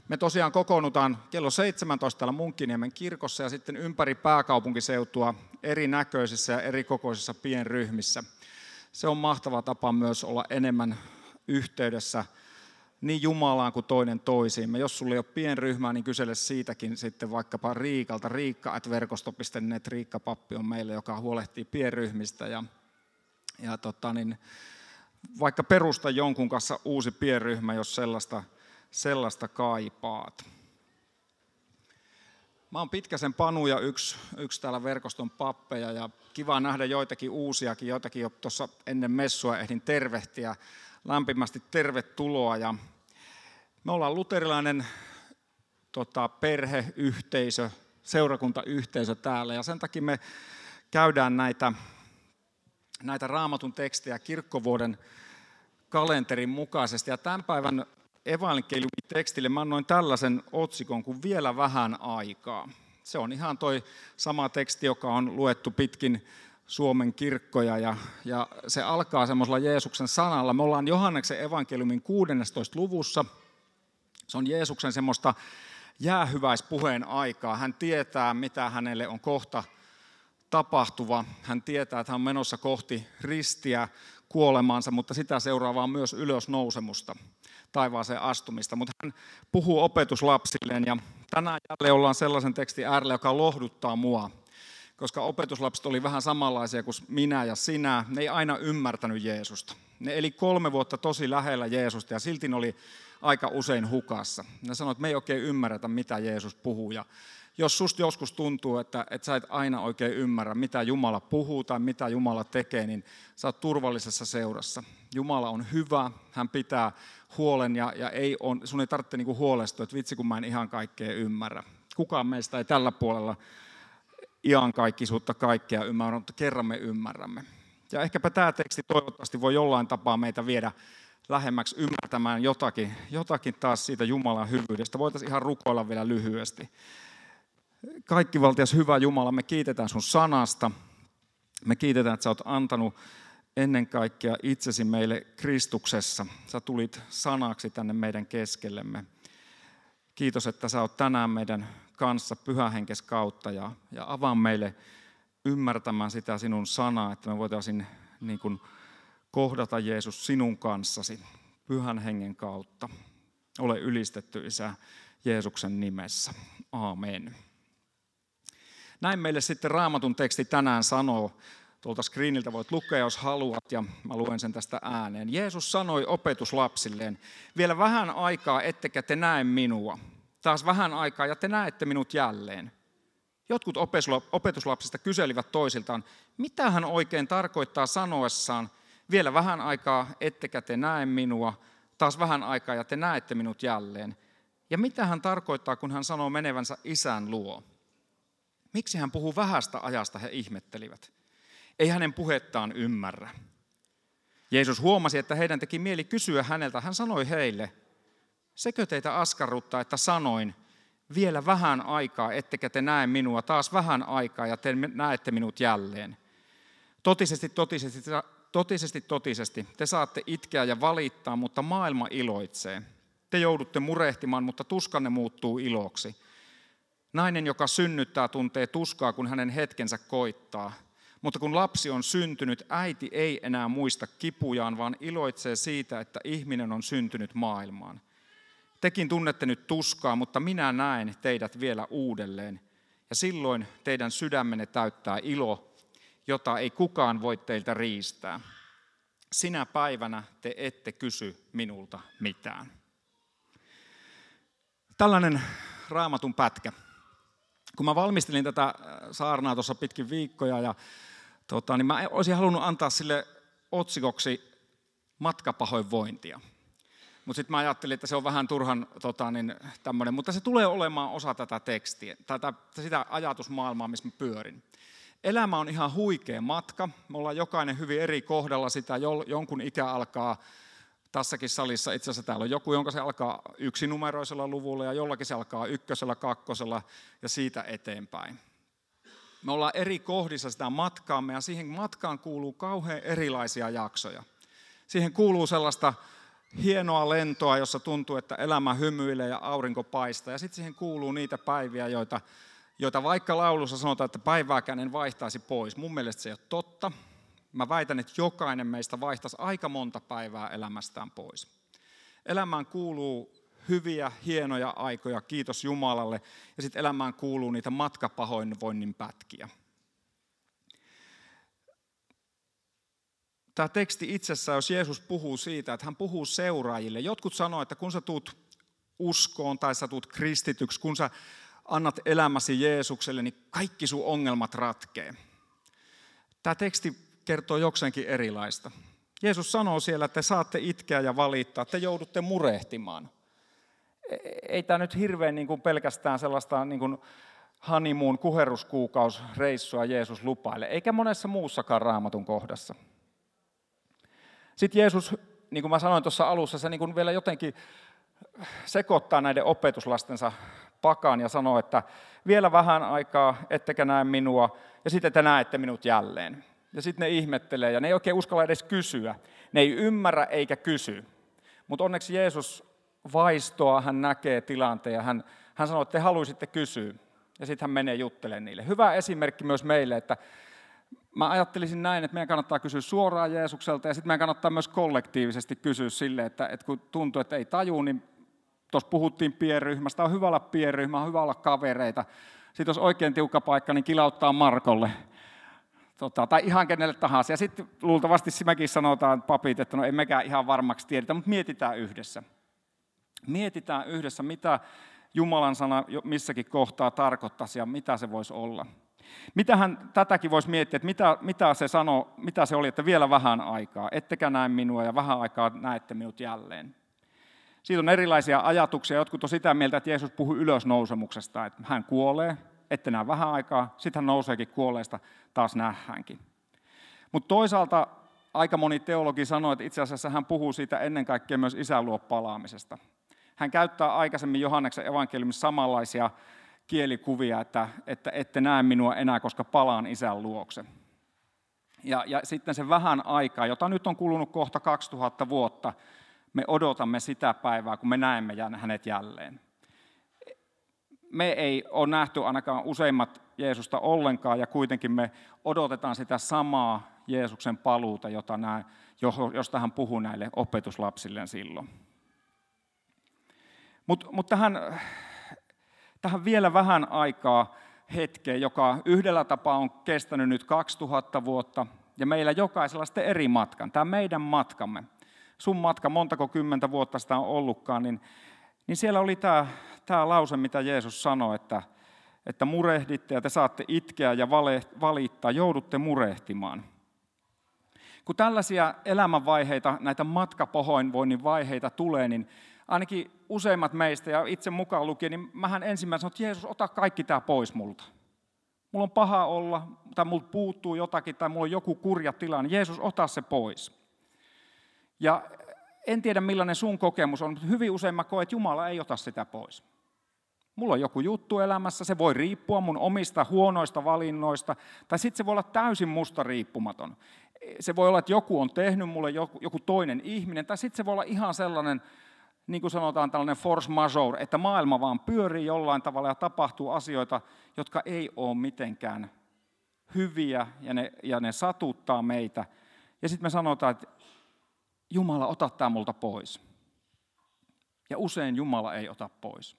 Me tosiaan kokoonnutaan kello 17 täällä Munkkiniemen kirkossa ja sitten ympäri pääkaupunkiseutua erinäköisissä ja erikokoisissa pienryhmissä. Se on mahtava tapa myös olla enemmän yhteydessä niin Jumalaan kuin toinen toisiimme. Jos sulla ei ole pienryhmää, niin kysele siitäkin sitten vaikkapa Riikalta. Riikka@verkosto.net. Riikka Pappi on meille, joka huolehtii pienryhmistä. Vaikka perusta jonkun kanssa uusi pienryhmä, jos sellaista kaipaat. Mä oon Pitkäsen Panu ja yksi täällä verkoston pappeja ja kiva nähdä joitakin uusiakin, joitakin jo tuossa ennen messua ehdin tervehtiä. Lämpimästi tervetuloa. Ja me ollaan luterilainen perheyhteisö, seurakuntayhteisö täällä ja sen takia me käydään näitä Raamatun tekstejä kirkkovuoden kalenterin mukaisesti. Ja tämän päivän evankeliumitekstille mä annoin tällaisen otsikon kuin vielä vähän aikaa. Se on ihan toi sama teksti, joka on luettu pitkin Suomen kirkkoja ja se alkaa semmoisella Jeesuksen sanalla. Me ollaan Johanneksen evankeliumin 16. luvussa. Se on Jeesuksen semmoista jäähyväispuheen aikaa. Hän tietää, mitä hänelle on kohta tapahtuva. Hän tietää, että hän on menossa kohti ristiä kuolemaansa, mutta sitä seuraavaa myös ylösnousemusta, taivaaseen astumista. Mutta hän puhuu opetuslapsilleen ja tänään jälleen ollaan sellaisen tekstin äärellä, joka lohduttaa mua. Koska opetuslapset oli vähän samanlaisia kuin minä ja sinä, ne ei aina ymmärtänyt Jeesusta. Ne eli 3 vuotta tosi lähellä Jeesusta ja silti ne oli aika usein hukassa. Ne sanoivat, että me ei oikein ymmärretä, mitä Jeesus puhuu. Ja jos susta joskus tuntuu, että sä et aina oikein ymmärrä, mitä Jumala puhuu tai mitä Jumala tekee, niin sä oot turvallisessa seurassa. Jumala on hyvä, hän pitää huolen ja sun ei tarvitse niinku huolestua, että vitsi kun mä en ihan kaikkea ymmärrä. Kukaan meistä ei tällä puolella iankaikkisuutta kaikkea ymmärrä, mutta kerran me ymmärrämme. Ja ehkäpä tämä teksti toivottavasti voi jollain tapaa meitä viedä lähemmäksi ymmärtämään jotakin taas siitä Jumalan hyvyydestä. Voitaisiin ihan rukoilla vielä lyhyesti. Kaikkivaltias hyvä Jumala, me kiitetään sun sanasta. Me kiitetään, että sä oot antanut ennen kaikkea itsesi meille Kristuksessa. Sä tulit sanaksi tänne meidän keskellemme. Kiitos, että sä oot tänään meidän kanssa Pyhän Henkes kautta ja avaa meille ymmärtämään sitä sinun sanaa, että me voitaisiin niin kuin kohdata Jeesus sinun kanssasi Pyhän Hengen kautta. Ole ylistetty Isä Jeesuksen nimessä. Aamen. Näin meille sitten Raamatun teksti tänään sanoo. Tuolta screeniltä voit lukea, jos haluat, ja mä luen sen tästä ääneen. Jeesus sanoi opetuslapsilleen, vielä vähän aikaa ettekä te näe minua. Taas vähän aikaa ja te näette minut jälleen. Jotkut opetuslapsista kyselivät toisiltaan, mitä hän oikein tarkoittaa sanoessaan, vielä vähän aikaa ettekä te näe minua, taas vähän aikaa ja te näette minut jälleen. Ja mitä hän tarkoittaa, kun hän sanoo menevänsä Isän luo? Miksi hän puhuu vähästä ajasta, he ihmettelivät. Ei hänen puhettaan ymmärrä. Jeesus huomasi, että heidän teki mieli kysyä häneltä. Hän sanoi heille, sekö teitä askarruttaa, että sanoin, vielä vähän aikaa, ettekä te näe minua, taas vähän aikaa ja te näette minut jälleen. Totisesti, te saatte itkeä ja valittaa, mutta maailma iloitsee. Te joudutte murehtimaan, mutta tuskanne muuttuu iloksi. Nainen, joka synnyttää, tuntee tuskaa, kun hänen hetkensä koittaa. Mutta kun lapsi on syntynyt, äiti ei enää muista kipujaan, vaan iloitsee siitä, että ihminen on syntynyt maailmaan. Tekin tunnette nyt tuskaa, mutta minä näen teidät vielä uudelleen. Ja silloin teidän sydämenne täyttää ilo, jota ei kukaan voi teiltä riistää. Sinä päivänä te ette kysy minulta mitään. Tällainen Raamatun pätkä. Kun mä valmistelin tätä saarnaa tuossa pitkin viikkoja, niin mä olisin halunnut antaa sille otsikoksi matkapahoinvointia. Mutta sitten mä ajattelin, että se on vähän turhan tämmöinen, mutta se tulee olemaan osa tätä tekstiä, sitä ajatusmaailmaa, missä mä pyörin. Elämä on ihan huikea matka. Me ollaan jokainen hyvin eri kohdalla sitä. Jonkun ikä alkaa tässäkin salissa. Itse asiassa täällä on joku, jonka se alkaa yksinumeroisella luvulla ja jollakin se alkaa 1, 2 ja siitä eteenpäin. Me ollaan eri kohdissa sitä matkaamme ja siihen matkaan kuuluu kauhean erilaisia jaksoja. Siihen kuuluu sellaista hienoa lentoa, jossa tuntuu, että elämä hymyilee ja aurinko paistaa. Ja sitten siihen kuuluu niitä päiviä, joita vaikka laulussa sanotaan, että päivääkään en vaihtaisi pois. Mun mielestä se ei ole totta. Mä väitän, että jokainen meistä vaihtaisi aika monta päivää elämästään pois. Elämään kuuluu hyviä, hienoja aikoja, kiitos Jumalalle. Ja sitten elämään kuuluu niitä matkapahoinvoinnin pätkiä. Tämä teksti itsessään, jos Jeesus puhuu siitä, että hän puhuu seuraajille. Jotkut sanoo, että kun sä tuut uskoon tai sä tuut kristityksi, kun sä annat elämäsi Jeesukselle, niin kaikki sun ongelmat ratkee. Tämä teksti kertoo jokseenkin erilaista. Jeesus sanoo siellä, että te saatte itkeä ja valittaa, te joudutte murehtimaan. Ei tämä nyt hirveän niin kuin pelkästään sellaista niin kuin honeymoon kuheruskuukausreissua Jeesus lupaile, eikä monessa muussakaan Raamatun kohdassa. Sitten Jeesus, niin kuin mä sanoin tuossa alussa, se niin kuin vielä jotenkin sekoittaa näiden opetuslastensa pakaan ja sanoo, että vielä vähän aikaa, ettekä näe minua, ja sitten te näette minut jälleen. Ja sitten ne ihmettelee, ja ne ei oikein uskalla edes kysyä. Ne ei ymmärrä eikä kysy. Mutta onneksi Jeesus vaistoaa, hän näkee tilanteen, ja hän sanoo, että te haluaisitte kysyä. Ja sitten hän menee juttelemaan niille. Hyvä esimerkki myös meille, että mä ajattelisin näin, että meidän kannattaa kysyä suoraan Jeesukselta, ja sitten meidän kannattaa myös kollektiivisesti kysyä sille, että kun tuntuu, että ei tajuu, niin tuossa puhuttiin pienryhmästä, on hyvä olla pienryhmä, on hyvä olla kavereita. Sitten jos oikein tiukka paikka, niin kilauttaa Markolle. Tai ihan kenelle tahansa. Ja sitten luultavasti mekin sanotaan papit, että no ei mekään ihan varmaksi tiedetä, mutta mietitään yhdessä. Mietitään yhdessä, mitä Jumalan sana missäkin kohtaa tarkoittaisi ja mitä se voisi olla. Mitähän tätäkin voisi miettiä, että mitä se sanoi, mitä se oli, että vielä vähän aikaa, ettekä näe minua ja vähän aikaa näette minut jälleen. Siitä on erilaisia ajatuksia, jotkut on sitä mieltä, että Jeesus puhui ylösnousemuksesta, että hän kuolee, ette näe vähän aikaa, sitten hän nouseekin kuolleesta, taas nähdäänkin. Mutta toisaalta aika moni teologi sanoi, että itse asiassa hän puhuu siitä ennen kaikkea myös isän luo palaamisesta. Hän käyttää aikaisemmin Johanneksen evankeliumissa samanlaisia kielikuvia, että ette näe minua enää, koska palaan isän luokse. Ja sitten se vähän aikaa, jota nyt on kulunut kohta 2000 vuotta, me odotamme sitä päivää, kun me näemme hänet jälleen. Me ei ole nähty ainakaan useimmat Jeesusta ollenkaan, ja kuitenkin me odotetaan sitä samaa Jeesuksen paluuta, josta hän puhui näille opetuslapsilleen silloin. Mutta tähän vielä vähän aikaa hetkeen, joka yhdellä tapaa on kestänyt nyt 2000 vuotta, ja meillä jokaisella sitten eri matkan. Tämä meidän matkamme. Sun matka, montako kymmentä vuotta sitä on ollutkaan, niin siellä oli tämä lause, mitä Jeesus sanoi, että murehditte ja te saatte itkeä ja valittaa, joudutte murehtimaan. Kun tällaisia elämänvaiheita, näitä matkapahoinvoinnin vaiheita tulee, niin ainakin useimmat meistä ja itse mukaan lukien, niin mähän ensimmäisenä sanon, että Jeesus, ota kaikki tämä pois multa. Mulla on paha olla, tai multa puuttuu jotakin, tai mulla on joku kurja tilanne. Jeesus, ota se pois. Ja en tiedä, millainen sun kokemus on, mutta hyvin usein mä koen, että Jumala ei ota sitä pois. Mulla on joku juttu elämässä, se voi riippua mun omista huonoista valinnoista, tai sitten se voi olla täysin musta riippumaton. Se voi olla, että joku on tehnyt mulle joku toinen ihminen, tai sitten se voi olla ihan sellainen, niin kuin sanotaan, tällainen force majeure, että maailma vaan pyörii jollain tavalla ja tapahtuu asioita, jotka ei ole mitenkään hyviä, ja ne satuttaa meitä. Ja sitten me sanotaan, että Jumala, ota tämä multa pois. Ja usein Jumala ei ota pois.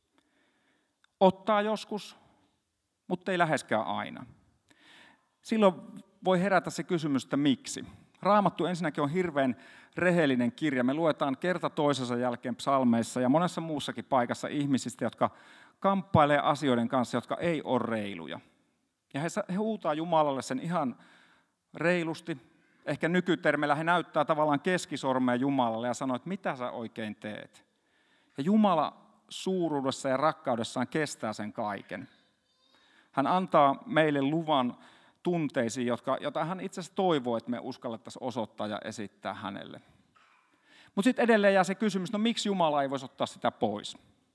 Ottaa joskus, mutta ei läheskään aina. Silloin voi herätä se kysymys, että miksi. Raamattu ensinnäkin on hirveän rehellinen kirja. Me luetaan kerta toisensa jälkeen psalmeissa ja monessa muussakin paikassa ihmisistä, jotka kamppailee asioiden kanssa, jotka ei ole reiluja. Ja he huutaa Jumalalle sen ihan reilusti. Ehkä nykytermeillä he näyttää tavallaan keskisormea Jumalalle ja sanoo, että mitä sä oikein teet. Ja Jumala suuruudessa ja rakkaudessaan kestää sen kaiken. Hän antaa meille luvan tunteisiin, jota hän itse asiassa toivoo, että me uskallettaisiin osoittaa ja esittää hänelle. Mutta sitten edelleen jää se kysymys, no miksi Jumala ei voisi ottaa sitä pois?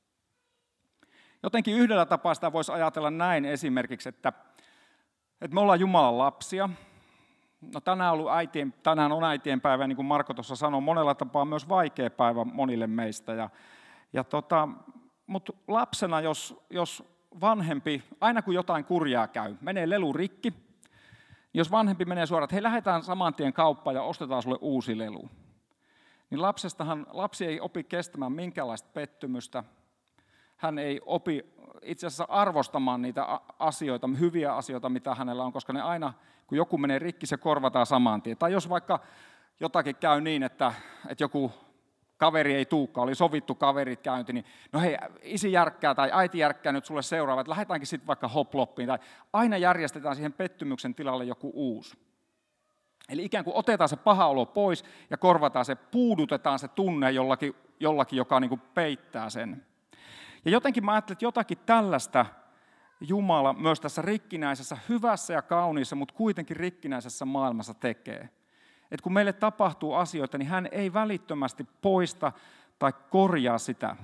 Jotenkin yhdellä tapaa sitä voisi ajatella näin esimerkiksi, että me ollaan Jumalan lapsia. No tänään on äitien päivä, niin kuin Marko tuossa sanoi, monella tapaa myös vaikea päivä monille meistä. Mutta lapsena, jos vanhempi, aina kun jotain kurjaa käy, menee lelu rikki, jos vanhempi menee suoraan, että hei, lähdetään saman tien kauppaan ja ostetaan sulle uusi lelu, niin lapsi ei opi kestämään minkäänlaista pettymystä. Hän ei opi itse asiassa arvostamaan niitä asioita, hyviä asioita, mitä hänellä on, koska ne aina, kun joku menee rikki, se korvataan saman tien. Tai jos vaikka jotakin käy niin, että joku kaveri ei tuukaan, oli sovittu kaverit käynti, niin no hei, isi järkkää tai äiti järkkää nyt sulle seuraava, että lähdetäänkin sitten vaikka hoploppiin, tai aina järjestetään siihen pettymyksen tilalle joku uusi. Eli ikään kuin otetaan se paha olo pois ja korvataan se, puudutetaan se tunne jollakin joka niin kuin peittää sen. Ja jotenkin mä ajattelin, että jotakin tällaista Jumala myös tässä rikkinäisessä, hyvässä ja kauniissa, mutta kuitenkin rikkinäisessä maailmassa tekee. Että kun meille tapahtuu asioita, niin hän ei välittömästi poista tai korjaa sitä,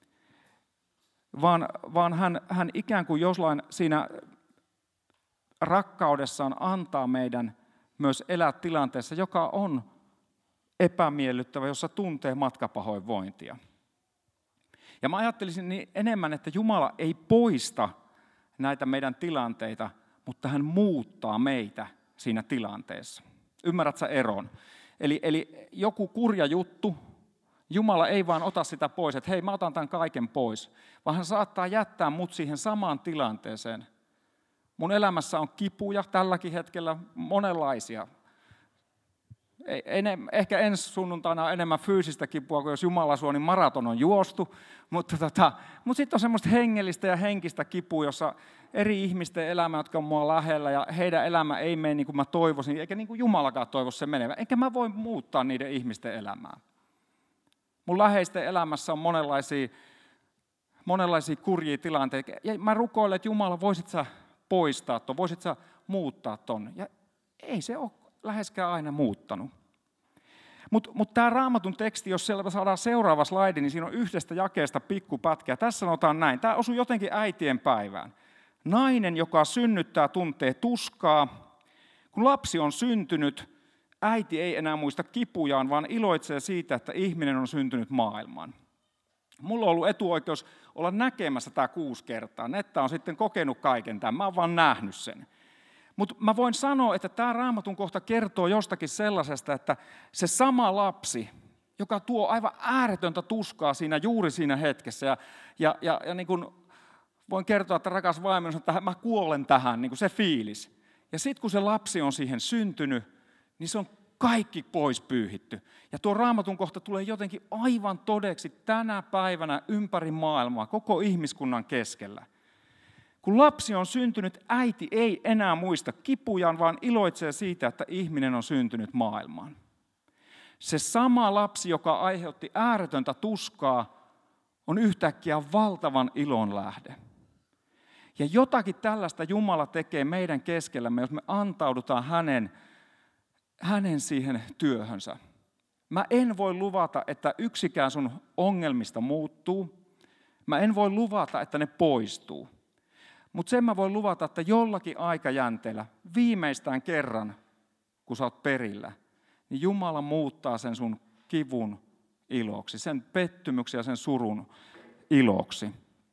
vaan hän ikään kuin joslain siinä rakkaudessaan antaa meidän myös elää tilanteessa, joka on epämiellyttävä, jossa tuntee matkapahoinvointia. Ja mä ajattelisin niin enemmän, että Jumala ei poista näitä meidän tilanteita, mutta hän muuttaa meitä siinä tilanteessa. Ymmärrätkö eron? Eli joku kurja juttu, Jumala ei vaan ota sitä pois, että hei, mä otan tämän kaiken pois, vaan hän saattaa jättää mut siihen samaan tilanteeseen. Mun elämässä on kipuja tälläkin hetkellä monenlaisia. Ehkä ensi sunnuntaina on enemmän fyysistä kipua, kuin jos Jumala suo, niin maraton on juostu. Mutta sitten on semmoista hengellistä ja henkistä kipua, jossa eri ihmisten elämä, jotka on mua lähellä, ja heidän elämä ei mene niin kuin mä toivoisin, eikä niin kuin Jumalakaan toivoisi se menevän. Enkä mä voi muuttaa niiden ihmisten elämää. Mun läheisten elämässä on monenlaisia kurjia tilanteita. Ja mä rukoilen, että Jumala, voisit sä poistaa ton, voisit sä muuttaa ton. Ja ei se ole läheskään aina muuttanut. Mutta tämä Raamatun teksti, jos siellä saadaan seuraava slaidi, niin siinä on yhdestä jakeesta pikkupätkä. Tässä sanotaan näin. Tämä osuu jotenkin äitien päivään. Nainen, joka synnyttää, tuntee tuskaa. Kun lapsi on syntynyt, äiti ei enää muista kipujaan, vaan iloitsee siitä, että ihminen on syntynyt maailmaan. Mulla on ollut etuoikeus olla näkemässä tämä 6 kertaa. Netta on sitten kokenut kaiken tämän. Mä oon vaan nähnyt sen. Mutta mä voin sanoa, että tämä Raamatun kohta kertoo jostakin sellaisesta, että se sama lapsi, joka tuo aivan ääretöntä tuskaa juuri siinä hetkessä, ja niin kuin voin kertoa, että rakas vaimoni sanoo, että mä kuolen tähän, niin kuin se fiilis. Ja sitten kun se lapsi on siihen syntynyt, niin se on kaikki pois pyyhitty. Ja tuo Raamatun kohta tulee jotenkin aivan todeksi tänä päivänä ympäri maailmaa, koko ihmiskunnan keskellä. Kun lapsi on syntynyt, äiti ei enää muista kipujaan, vaan iloitsee siitä, että ihminen on syntynyt maailmaan. Se sama lapsi, joka aiheutti ääretöntä tuskaa, on yhtäkkiä valtavan ilon lähde. Ja jotakin tällaista Jumala tekee meidän keskellämme, jos me antaudutaan hänen siihen työhönsä. Mä en voi luvata, että yksikään sun ongelmista muuttuu. Mä en voi luvata, että ne poistuu. Mutta sen mä voin luvata, että jollakin aikajänteellä, viimeistään kerran, kun sä oot perillä, niin Jumala muuttaa sen sun kivun iloksi, sen pettymyksen ja sen surun iloksi.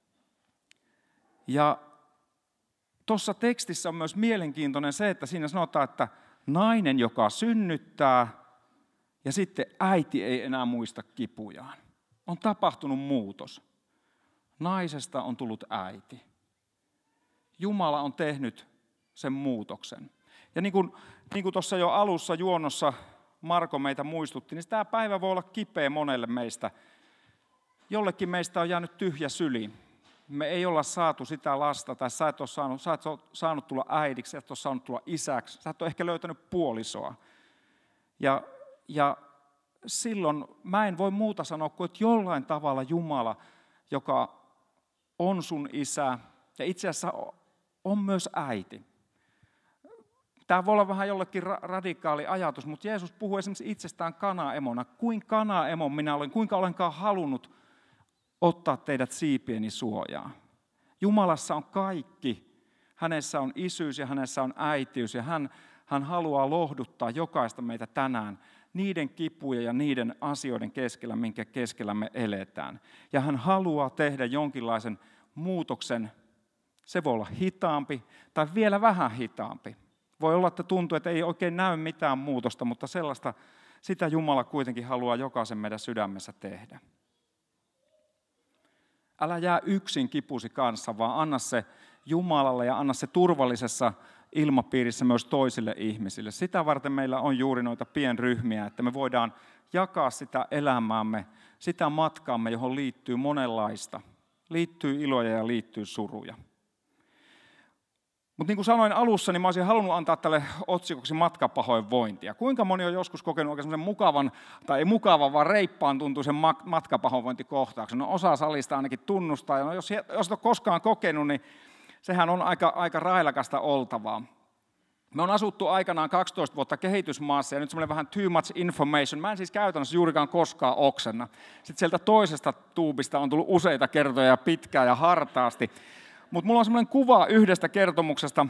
Ja tuossa tekstissä on myös mielenkiintoinen se, että siinä sanotaan, että nainen, joka synnyttää, ja sitten äiti ei enää muista kipujaan. On tapahtunut muutos. Naisesta on tullut äiti. Jumala on tehnyt sen muutoksen. Ja niin kuin tuossa jo alussa juonnossa Marko meitä muistutti, niin tämä päivä voi olla kipeä monelle meistä. Jollekin meistä on jäänyt tyhjä syli. Me ei olla saatu sitä lasta, tai sä et ole saanut tulla äidiksi, sä et ole saanut tulla isäksi, sä et ole ehkä löytänyt puolisoa. Ja silloin mä en voi muuta sanoa kuin, että jollain tavalla Jumala, joka on sun isä, ja itse asiassa on myös äiti. Tämä voi olla vähän jollekin radikaali ajatus, mutta Jeesus puhuu esimerkiksi itsestään Kana-emona. Kuin Kana-emo minä olen, kuinka olenkaan halunnut ottaa teidät siipieni suojaan. Jumalassa on kaikki. Hänessä on isyys ja hänessä on äitiys ja Hän haluaa lohduttaa jokaista meitä tänään niiden kipuja ja niiden asioiden keskellä, minkä keskellä me eletään. Ja hän haluaa tehdä jonkinlaisen muutoksen. Se voi olla hitaampi tai vielä vähän hitaampi. Voi olla, että tuntuu, että ei oikein näy mitään muutosta, mutta sitä Jumala kuitenkin haluaa jokaisen meidän sydämessä tehdä. Älä jää yksin kipusi kanssa, vaan anna se Jumalalle ja anna se turvallisessa ilmapiirissä myös toisille ihmisille. Sitä varten meillä on juuri noita pienryhmiä, että me voidaan jakaa sitä elämäämme, sitä matkaamme, johon liittyy monenlaista. Liittyy iloja ja liittyy suruja. Mutta niin kuin sanoin alussa, niin mä olisin halunnut antaa tälle otsikoksi matkapahoinvointia. Kuinka moni on joskus kokenut oikein semmoisen mukavan, tai ei mukavan, vaan reippaan tuntuisen matkapahoinvointikohtauksen. No, osa salista ainakin tunnustaa, ja no, jos et ole koskaan kokenut, niin sehän on aika railakasta oltavaa. Me on asuttu aikanaan 12 vuotta kehitysmaassa, ja nyt semmoinen vähän too much information. Mä en siis käytännössä juurikaan koskaan oksenna. Sitten sieltä toisesta tuubista on tullut useita kertoja pitkään ja hartaasti. Mutta mulla on semmoinen kuva yhdestä kertomuksesta.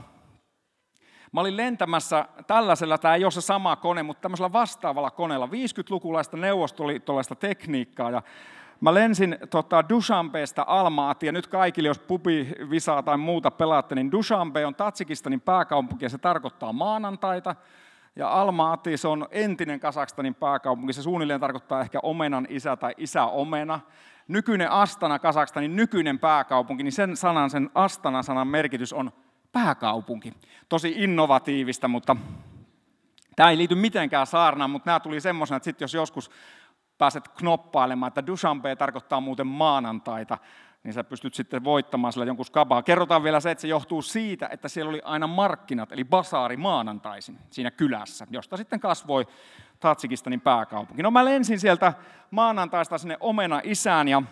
Mä olin lentämässä tällaisella, tämä ei ole se sama kone, mutta tämmöisellä vastaavalla koneella. 50-lukulaista neuvostoliittolaista tekniikkaa. Ja mä lensin Dushanbesta Almaatiin, ja nyt kaikille, jos pubivisaa tai muuta pelaatte, niin Dushanbe on Tadžikistanin pääkaupunki, ja se tarkoittaa maanantaita. Ja Almaati, se on entinen Kazakstanin pääkaupunki, se suunnilleen tarkoittaa ehkä omenan isä tai isäomena. Nykyinen Astana, Kazakstanin nykyinen pääkaupunki, niin sen Astana-sanan merkitys on pääkaupunki. Tosi innovatiivista, mutta tämä ei liity mitenkään saarnaan, mutta nämä tuli semmoisena, että sitten jos joskus pääset knoppailemaan, että Dushanbe tarkoittaa muuten maanantaita, niin sä pystyt sitten voittamaan sillä jonkun skabaa. Kerrotaan vielä se, että se johtuu siitä, että siellä oli aina markkinat, eli basaari maanantaisin siinä kylässä, josta sitten kasvoi Tadžikistanin pääkaupunki. No mä lensin sieltä maanantaista sinne omena-isään, ja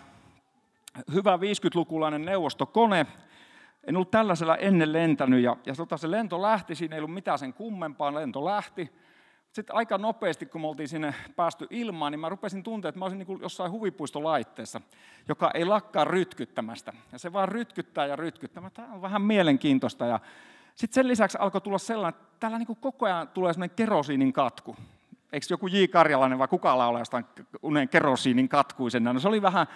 hyvä 50-lukulainen neuvostokone. En ollut tällaisella ennen lentänyt, ja se lento lähti, siinä ei ollut mitään sen kummempaa, lento lähti. Sitten aika nopeasti, kun me oltiin sinne päästy ilmaan, niin mä rupesin tuntea, että mä olisin niin kuin jossain huvipuistolaitteessa, joka ei lakkaa rytkyttämästä. Ja se vaan rytkyttää ja rytkyttää. Tämä on vähän mielenkiintoista. Ja sitten sen lisäksi alkoi tulla sellainen, että täällä niin kuin koko ajan tulee sellainen kerosiinin katku. Eikö joku J. Karjalainen vai kuka laulaa jostain unen kerosiinin katkuisena? No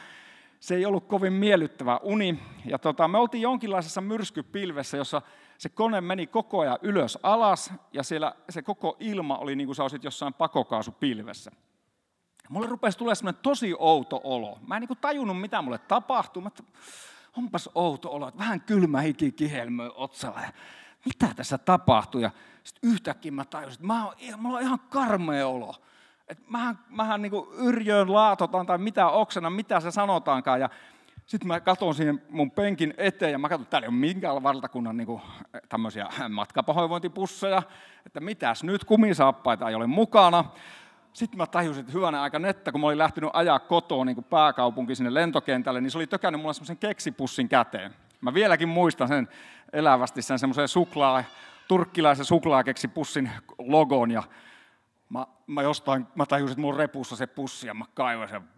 se ei ollut kovin miellyttävä uni. Ja me oltiin jonkinlaisessa myrskypilvessä, jossa se kone meni koko ajan ylös alas, ja siellä se koko ilma oli niin kuin sä olisit jossain pakokaasupilvessä. Mulle rupesi tulemaan semmoinen tosi outo olo. Mä en niin kuin tajunnut, mitä mulle tapahtui. Onpas outo olo, että vähän kylmä hiki kihelmöi otsalla. Mitä tässä tapahtui? Ja sitten yhtäkkiä mä tajusin, että mulla on ihan karmea olo. Että mähän niin kuin yrjöön laatotan tai mitä oksena, mitä se sanotaankaan. Ja sitten mä katson siihen mun penkin eteen ja mä katson, että täällä ei ole minkään valtakunnan niin kuin tämmöisiä matkapahoinvointipusseja, että mitäs nyt, kumisaappaita ei ole mukana. Sitten mä tajusin, että hyvänä aika nettä, kun mä olin lähtenyt ajaa kotoa niin kuin pääkaupunki sinne lentokentälle, niin se oli tökännyt mulle semmoisen keksipussin käteen. Mä vieläkin muistan sen elävästi, sen semmoisen turkkilaisen suklaakeksipussin logon, ja mä tajusin, että mulla on repussa se pussi, ja mä kaivoin sen.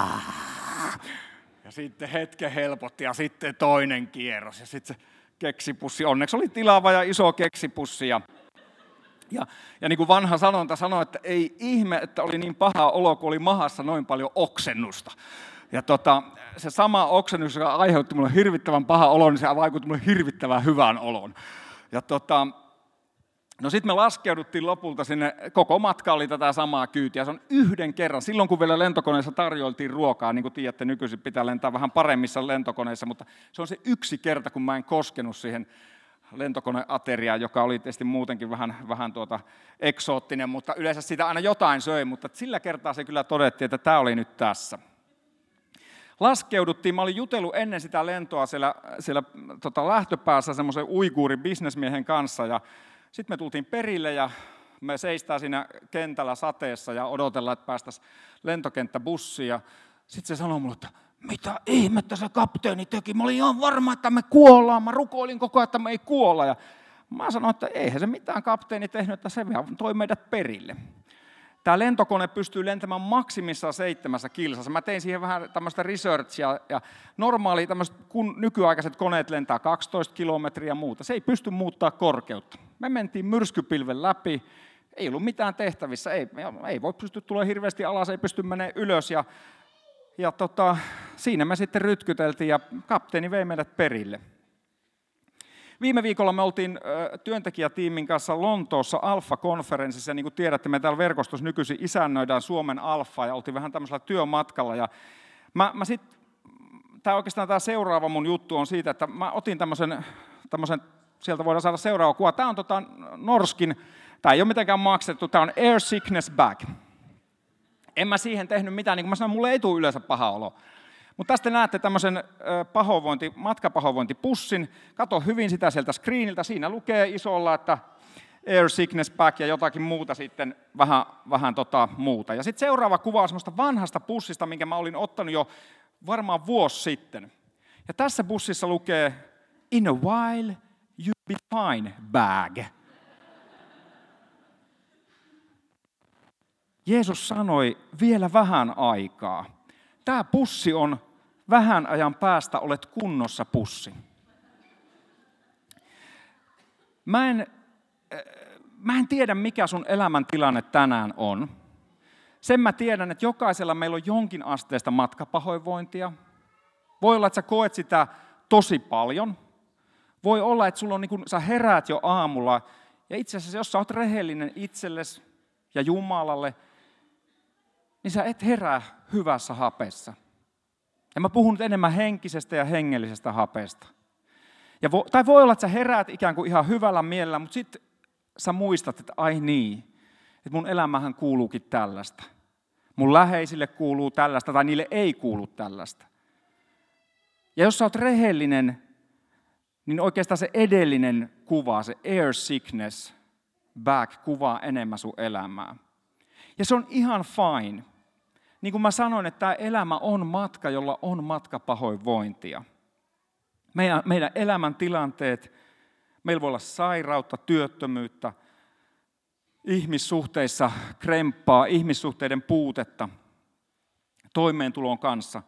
Ja sitten hetken helpotti, ja sitten toinen kierros, ja sitten se keksipussi. Onneksi oli tilaava ja iso keksipussi. Ja niin kuin vanha sanonta sanoi, että ei ihme, että oli niin paha olo, kun oli mahassa noin paljon oksennusta. Ja se sama oksennus, joka aiheutti mulle hirvittävän paha olo, niin se vaikutti mulle hirvittävän hyvään oloon. Ja no sitten me laskeuduttiin lopulta sinne, koko matka oli tätä samaa kyytiä. Se on yhden kerran, silloin kun vielä lentokoneessa tarjoiltiin ruokaa, niin kuin tiedätte, nykyisin pitää lentää vähän paremmissa lentokoneissa, mutta se on se yksi kerta, kun mä en koskenut siihen lentokoneateriaan, joka oli tietysti muutenkin vähän eksoottinen, mutta yleensä sitä aina jotain söi, mutta sillä kertaa se kyllä todettiin, että tämä oli nyt tässä. Laskeuduttiin, mä olin jutellut ennen sitä lentoa siellä lähtöpäässä semmoisen uiguurin bisnesmiehen kanssa, ja sitten me tultiin perille ja me seistään siinä kentällä sateessa ja odotellaan, että päästäisiin lentokenttäbussiin. Ja sitten se sanoi mulle, että mitä ihmettä se kapteeni teki. Mä olin ihan varma, että me kuollaan. Mä rukoilin koko ajan, että me ei kuolla. Ja mä sanoin, että eihän se mitään kapteeni tehnyt, että se toi meidät perille. Tämä lentokone pystyy lentämään maksimissaan 7 kilsassa. Mä tein siihen vähän tämmöistä researchia, ja kun nykyaikaiset koneet lentää 12 kilometriä ja muuta, se ei pysty muuttaa korkeutta. Me mentiin myrskypilven läpi, ei ollut mitään tehtävissä, ei voi pysty tulemaan hirveästi alas, ei pysty menemään ylös. Ja siinä me sitten rytkyteltiin ja kapteeni vei meidät perille. Viime viikolla me oltiin työntekijätiimin kanssa Lontoossa Alfa-konferenssissa. Ja niin kuin tiedätte, me täällä verkostossa nykyisin isännöidään Suomen Alfaa ja oltiin vähän tämmöisellä työmatkalla. Ja tämä seuraava mun juttu on siitä, että mä otin tämmöisen sieltä voidaan saada seuraava kuva. Tämä on Norskin, tämä ei ole mitenkään maksettu, tämä on Air Sickness Bag. En mä siihen tehnyt mitään, niin kuin mä sanoin, mulle ei tule yleensä paha olo. Mutta tästä näette tämmöisen matkapahoinvointipussin. Kato hyvin sitä sieltä screeniltä. Siinä lukee isolla, että Air Sickness Bag ja jotakin muuta sitten, vähän muuta. Ja sitten seuraava kuva on semmoista vanhasta pussista, minkä mä olin ottanut jo varmaan vuosi sitten. Ja tässä bussissa lukee In a while you'll be fine bag. Jeesus sanoi vielä vähän aikaa. Tämä pussi on vähän ajan päästä olet kunnossa pussi. Mä en tiedä, mikä sun elämäntilanne tänään on. Sen mä tiedän, että jokaisella meillä on jonkin asteesta matkapahoinvointia. Voi olla, että sä koet sitä tosi paljon. Voi olla, että sulla on niin kun sä heräät jo aamulla. Ja itse asiassa, jos sä oot rehellinen itsellesi ja Jumalalle, niin sä et herää hyvässä hapessa. Ja mä puhun nyt enemmän henkisestä ja hengellisestä hapesta. Tai voi olla, että sä heräät ikään kuin ihan hyvällä mielellä, mutta sitten sä muistat, että ai niin, että mun elämähän kuuluukin tällaista. Mun läheisille kuuluu tällaista tai niille ei kuulu tällaista. Ja jos sä oot rehellinen, niin oikeastaan se edellinen kuva, se air sickness bag, kuvaa enemmän sun elämää. Ja se on ihan fine. Niin kuin mä sanoin, että tämä elämä on matka, jolla on matkapahoinvointia. Meidän elämäntilanteet, meillä voi olla sairautta, työttömyyttä, ihmissuhteissa kremppaa, ihmissuhteiden puutetta, toimeentulon kanssa.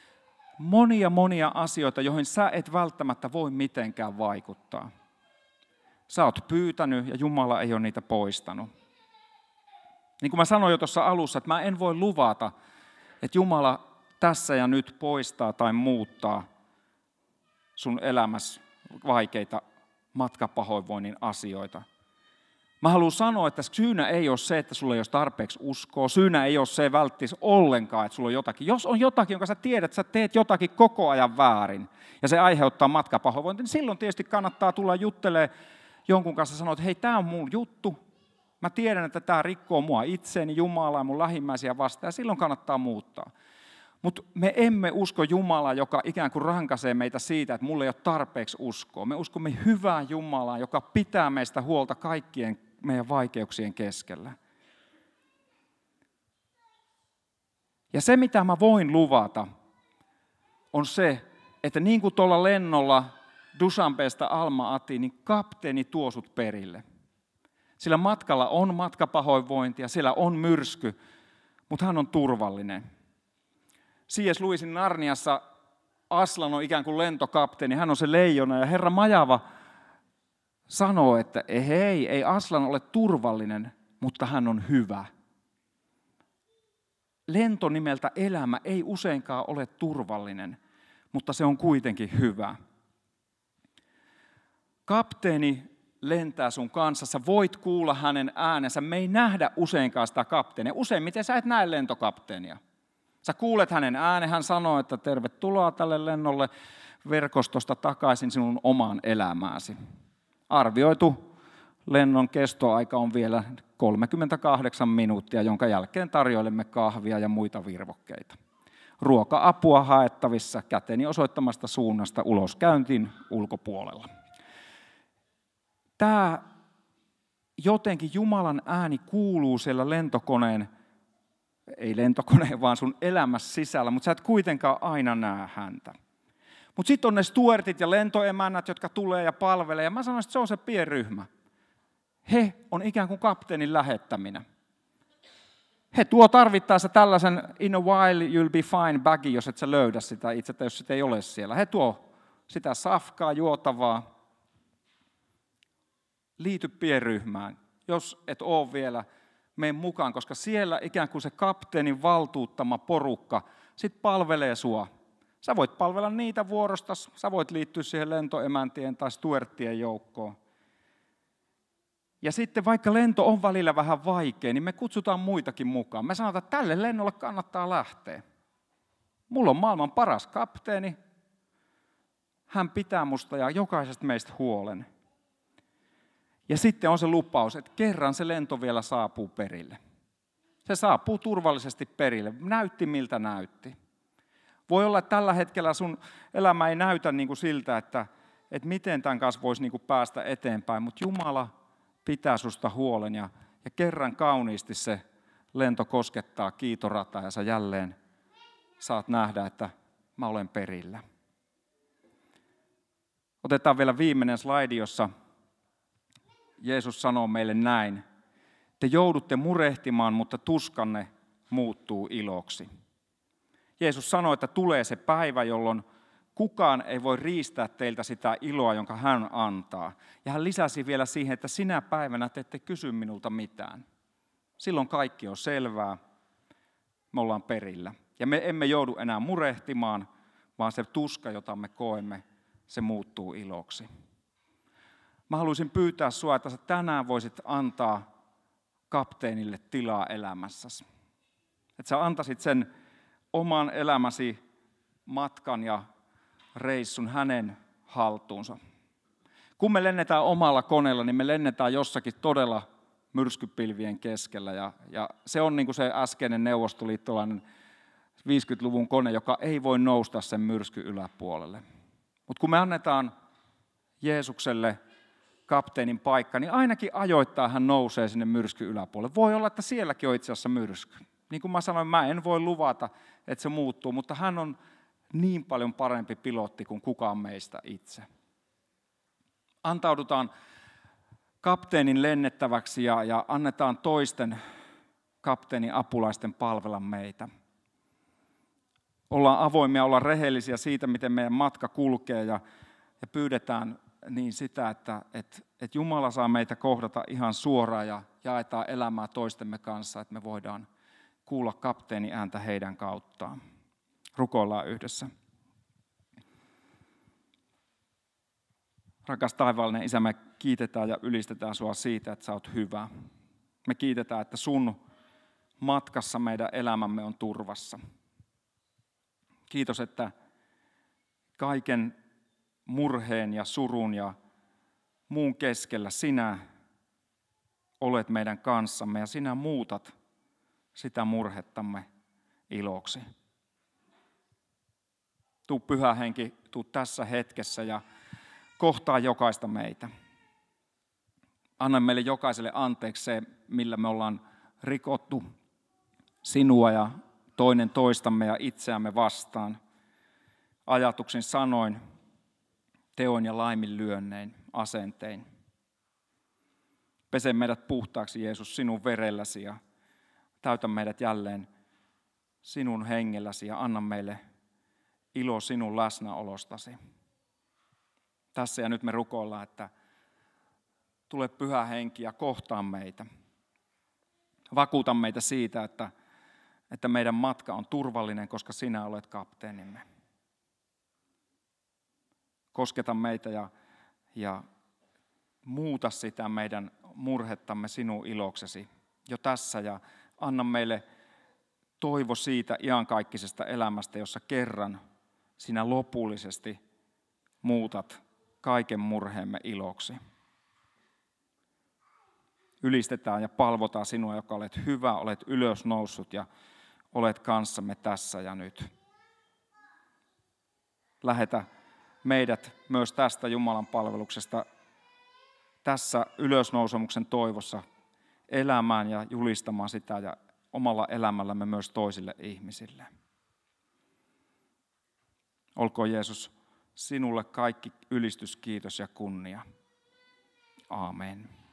Monia asioita, joihin sä et välttämättä voi mitenkään vaikuttaa. Sä oot pyytänyt ja Jumala ei ole niitä poistanut. Niin kuin mä sanoin jo tuossa alussa, että mä en voi luvata, että Jumala tässä ja nyt poistaa tai muuttaa sun elämässä vaikeita matkapahoinvoinnin asioita. Mä haluan sanoa, että syynä ei ole se, että sulla ei ole tarpeeksi uskoa. Syynä ei ole se välttis ollenkaan, että sulla on jotakin. Jos on jotakin, jonka sä tiedät, että sä teet jotakin koko ajan väärin ja se aiheuttaa matkapahoinvointia, niin silloin tietysti kannattaa tulla juttelemaan jonkun kanssa ja sanoa, että hei, tämä on mun juttu. Mä tiedän, että tämä rikkoo mua itseäni, Jumalaa ja mun lähimmäisiä vastaan, ja silloin kannattaa muuttaa. Mutta me emme usko Jumalaa, joka ikään kuin rankaisee meitä siitä, että mulla ei ole tarpeeksi uskoa. Me uskomme hyvää Jumalaa, joka pitää meistä huolta kaikkien meidän vaikeuksien keskellä. Ja se, mitä mä voin luvata, on se, että niin kuin tuolla lennolla Dushanbesta Alma-Atiin, niin kapteeni tuo sut perille. Sillä matkalla on matkapahoinvointia, siellä on myrsky, mutta hän on turvallinen. C.S. Lewisin Narniassa Aslan on ikään kuin lentokapteeni, hän on se leijona ja Herra Majava sanoo, että ei Aslan ole turvallinen, mutta hän on hyvä. Lento nimeltä elämä ei useinkaan ole turvallinen, mutta se on kuitenkin hyvä. Kapteeni lentää sun kanssa, sä voit kuulla hänen äänensä. Me ei nähdä useinkaan sitä kapteenia. Useimmiten sä et näe lentokapteenia. Sä kuulet hänen äänen, hän sanoo, että tervetuloa tälle lennolle verkostosta takaisin sinun omaan elämääsi. Arvioitu lennon kestoaika on vielä 38 minuuttia, jonka jälkeen tarjoilemme kahvia ja muita virvokkeita. Ruoka-apua haettavissa käteni osoittamasta suunnasta uloskäyntiin ulkopuolella. Tämä jotenkin Jumalan ääni kuuluu siellä ei lentokoneen, vaan sun elämässä sisällä, mutta sä et kuitenkaan aina näe häntä. Mutta sitten on ne stewardit ja lentoemännät, jotka tulee ja palvelee, ja mä sanoisin, että se on se pienryhmä. He on ikään kuin kapteenin lähettäminä. He tuo tarvittaessa tällaisen in a while you'll be fine bagin, jos et sä löydä sitä itse, tai jos sitä ei ole siellä. He tuo sitä safkaa, juotavaa. liity pienryhmään. Jos et ole vielä, mene mukaan, koska siellä ikään kuin se kapteenin valtuuttama porukka sit palvelee sua. Sä voit palvella niitä vuorostas, sä voit liittyä siihen lentoemäntien tai stuerttien joukkoon. Ja sitten vaikka lento on välillä vähän vaikea, niin me kutsutaan muitakin mukaan. Me sanotaan, että tälle lennolle kannattaa lähteä. Mulla on maailman paras kapteeni. Hän pitää musta ja jokaisesta meistä huolen. Ja sitten on se lupaus, että kerran se lento vielä saapuu perille. Se saapuu turvallisesti perille. Näytti miltä näytti. Voi olla, että tällä hetkellä sun elämä ei näytä niin kuin siltä, että miten tämän kanssa voisi niin kuin päästä eteenpäin, mutta Jumala pitää susta huolen ja kerran kauniisti se lento koskettaa kiitorataa ja sä jälleen saat nähdä, että mä olen perillä. Otetaan vielä viimeinen slaidi, jossa Jeesus sanoo meille näin. Te joudutte murehtimaan, mutta tuskanne muuttuu iloksi. Jeesus sanoi, että tulee se päivä, jolloin kukaan ei voi riistää teiltä sitä iloa, jonka hän antaa. Ja hän lisäsi vielä siihen, että sinä päivänä te ette kysy minulta mitään. Silloin kaikki on selvää, me ollaan perillä. Ja me emme joudu enää murehtimaan, vaan se tuska, jota me koemme, se muuttuu iloksi. Mä haluaisin pyytää sua, että sä tänään voisit antaa kapteenille tilaa elämässäsi. Että sä antaisit sen oman elämäsi matkan ja reissun hänen haltuunsa. Kun me lennetään omalla koneella, niin me lennetään jossakin todella myrskypilvien keskellä. Ja se on niin kuin se äskeinen neuvostoliittolainen 50-luvun kone, joka ei voi nousta sen myrskyn yläpuolelle. Mutta kun me annetaan Jeesukselle kapteenin paikka, niin ainakin ajoittain hän nousee sinne myrskyn yläpuolelle. Voi olla, että sielläkin on itse asiassa myrsky. Niin kuin mä sanoin, mä en voi luvata, että se muuttuu, mutta hän on niin paljon parempi pilotti kuin kukaan meistä itse. Antaudutaan kapteenin lennettäväksi ja annetaan toisten kapteenin apulaisten palvella meitä. Ollaan avoimia, ollaan rehellisiä siitä, miten meidän matka kulkee ja pyydetään niin sitä, että Jumala saa meitä kohdata ihan suoraan ja jaetaan elämää toistemme kanssa, että me voidaan kuulla kapteenin ääntä heidän kauttaan. Rukoillaan yhdessä. Rakas taivaallinen Isä, me kiitetään ja ylistetään sua siitä, että sä oot hyvä. Me kiitetään, että sun matkassa meidän elämämme on turvassa. Kiitos, että kaiken murheen ja surun ja muun keskellä sinä olet meidän kanssamme ja sinä muutat sitä murhettamme iloksi. Tuu Pyhä Henki, tuu tässä hetkessä ja kohtaa jokaista meitä. Anna meille jokaiselle anteeksi se, millä me ollaan rikottu sinua ja toinen toistamme ja itseämme vastaan. Ajatuksin, sanoin, teoin ja laiminlyönnein, asentein. Pese meidät puhtaaksi, Jeesus, sinun verelläsi ja täytä meidät jälleen sinun hengelläsi ja anna meille ilo sinun läsnäolostasi. Tässä ja nyt me rukoillaan, että tule Pyhä Henki ja kohtaa meitä. Vakuuta meitä siitä, että meidän matka on turvallinen, koska sinä olet kapteenimme. Kosketa meitä ja muuta sitä meidän murhettamme sinun iloksesi jo tässä ja anna meille toivo siitä iankaikkisesta elämästä, jossa kerran sinä lopullisesti muutat kaiken murheemme iloksi. Ylistetään ja palvotaan sinua, joka olet hyvä, olet ylösnoussut ja olet kanssamme tässä ja nyt. Lähetä meidät myös tästä Jumalan palveluksesta tässä ylösnousemuksen toivossa elämään ja julistamaan sitä ja omalla elämällämme myös toisille ihmisille. Olkoon Jeesus sinulle kaikki ylistys, kiitos ja kunnia. Aamen.